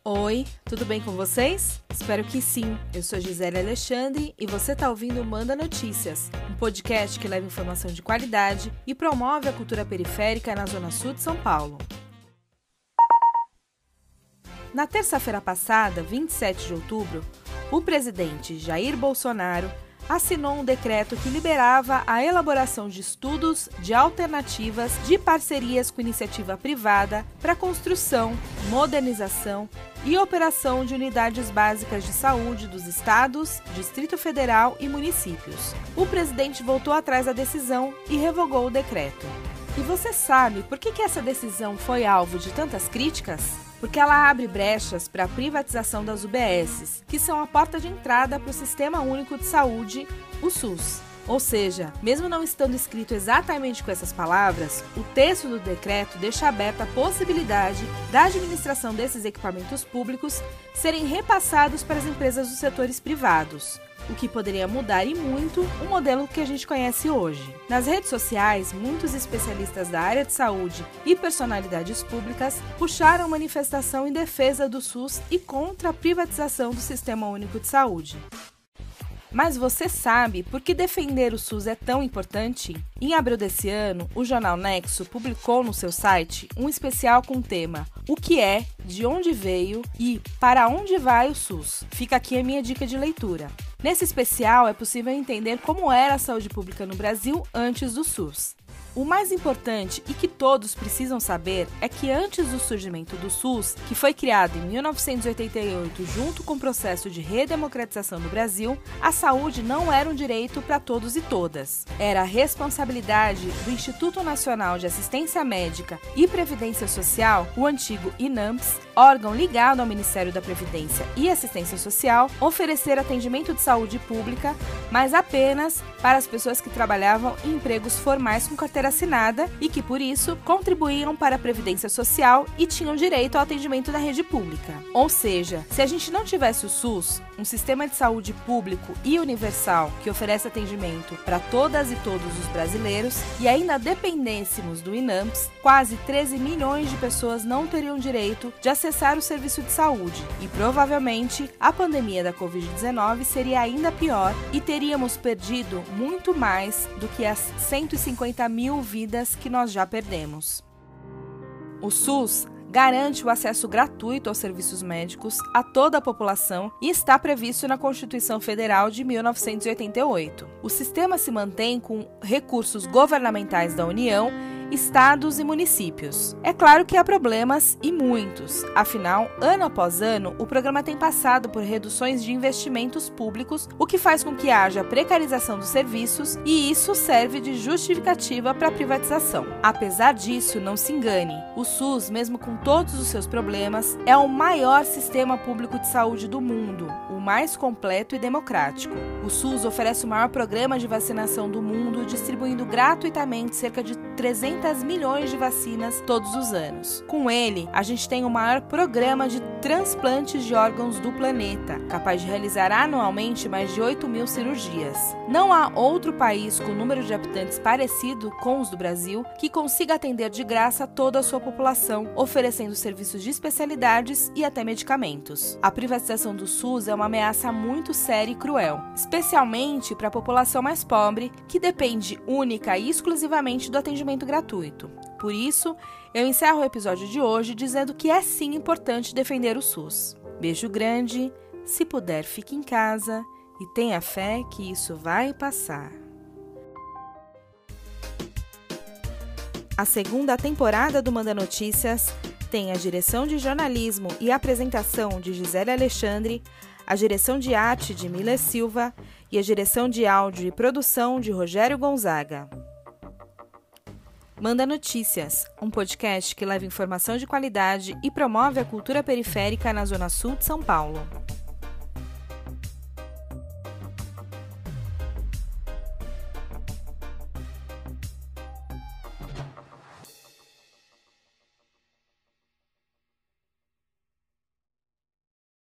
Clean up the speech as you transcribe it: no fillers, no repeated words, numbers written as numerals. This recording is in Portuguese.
Oi, tudo bem com vocês? Espero que sim. Eu sou Gisele Alexandre e você está ouvindo o Manda Notícias, um podcast que leva informação de qualidade e promove a cultura periférica na Zona Sul de São Paulo. Na terça-feira passada, 27 de outubro, o presidente Jair Bolsonaro assinou um decreto que liberava a elaboração de estudos de alternativas de parcerias com iniciativa privada para construção, modernização e operação de unidades básicas de saúde dos estados, Distrito Federal e municípios. O presidente voltou atrás da decisão e revogou o decreto. E você sabe por que essa decisão foi alvo de tantas críticas? Porque ela abre brechas para a privatização das UBSs, que são a porta de entrada para o Sistema Único de Saúde, o SUS. Ou seja, mesmo não estando escrito exatamente com essas palavras, o texto do decreto deixa aberta a possibilidade da administração desses equipamentos públicos serem repassados para as empresas dos setores privados, o que poderia mudar e muito o modelo que a gente conhece hoje. Nas redes sociais, muitos especialistas da área de saúde e personalidades públicas puxaram manifestação em defesa do SUS e contra a privatização do Sistema Único de Saúde. Mas você sabe por que defender o SUS é tão importante? Em abril desse ano, o jornal Nexo publicou no seu site um especial com o tema O que é, de onde veio e para onde vai o SUS. Fica aqui a minha dica de leitura. Nesse especial é possível entender como era a saúde pública no Brasil antes do SUS. O mais importante e que todos precisam saber é que antes do surgimento do SUS, que foi criado em 1988 junto com o processo de redemocratização do Brasil, a saúde não era um direito para todos e todas. Era a responsabilidade do Instituto Nacional de Assistência Médica e Previdência Social, o antigo INAMPS, órgão ligado ao Ministério da Previdência e Assistência Social, oferecer atendimento de saúde pública, mas apenas para as pessoas que trabalhavam em empregos formais com carteira assinada e que, por isso, contribuíam para a Previdência Social e tinham direito ao atendimento da rede pública. Ou seja, se a gente não tivesse o SUS, um sistema de saúde público e universal que oferece atendimento para todas e todos os brasileiros, e ainda dependêssemos do INAMPS, quase 13 milhões de pessoas não teriam direito de acessar o serviço de saúde e, provavelmente, a pandemia da Covid-19 seria ainda pior e teríamos perdido muito mais do que as 150 mil vidas que nós já perdemos. O SUS garante o acesso gratuito aos serviços médicos a toda a população e está previsto na Constituição Federal de 1988. O sistema se mantém com recursos governamentais da União, estados e municípios. É claro que há problemas e muitos. Afinal, ano após ano, o programa tem passado por reduções de investimentos públicos, o que faz com que haja precarização dos serviços e isso serve de justificativa para a privatização. Apesar disso, não se engane, o SUS, mesmo com todos os seus problemas, é o maior sistema público de saúde do mundo, o mais completo e democrático. O SUS oferece o maior programa de vacinação do mundo, distribuindo gratuitamente cerca de 300 milhões de vacinas todos os anos. Com ele, a gente tem o maior programa de transplantes de órgãos do planeta, capaz de realizar anualmente mais de 8 mil cirurgias. Não há outro país com número de habitantes parecido com os do Brasil que consiga atender de graça toda a sua população, oferecendo serviços de especialidades e até medicamentos. A privatização do SUS é uma ameaça muito séria e cruel, especialmente para a população mais pobre, que depende única e exclusivamente do atendimento gratuito. Por isso, eu encerro o episódio de hoje dizendo que é sim importante defender o SUS. Beijo grande, se puder fique em casa e tenha fé que isso vai passar. A segunda temporada do Manda Notícias tem a direção de jornalismo e apresentação de Gisele Alexandre, a direção de arte de Mila Silva e a direção de áudio e produção de Rogério Gonzaga. Manda Notícias, um podcast que leva informação de qualidade e promove a cultura periférica na Zona Sul de São Paulo.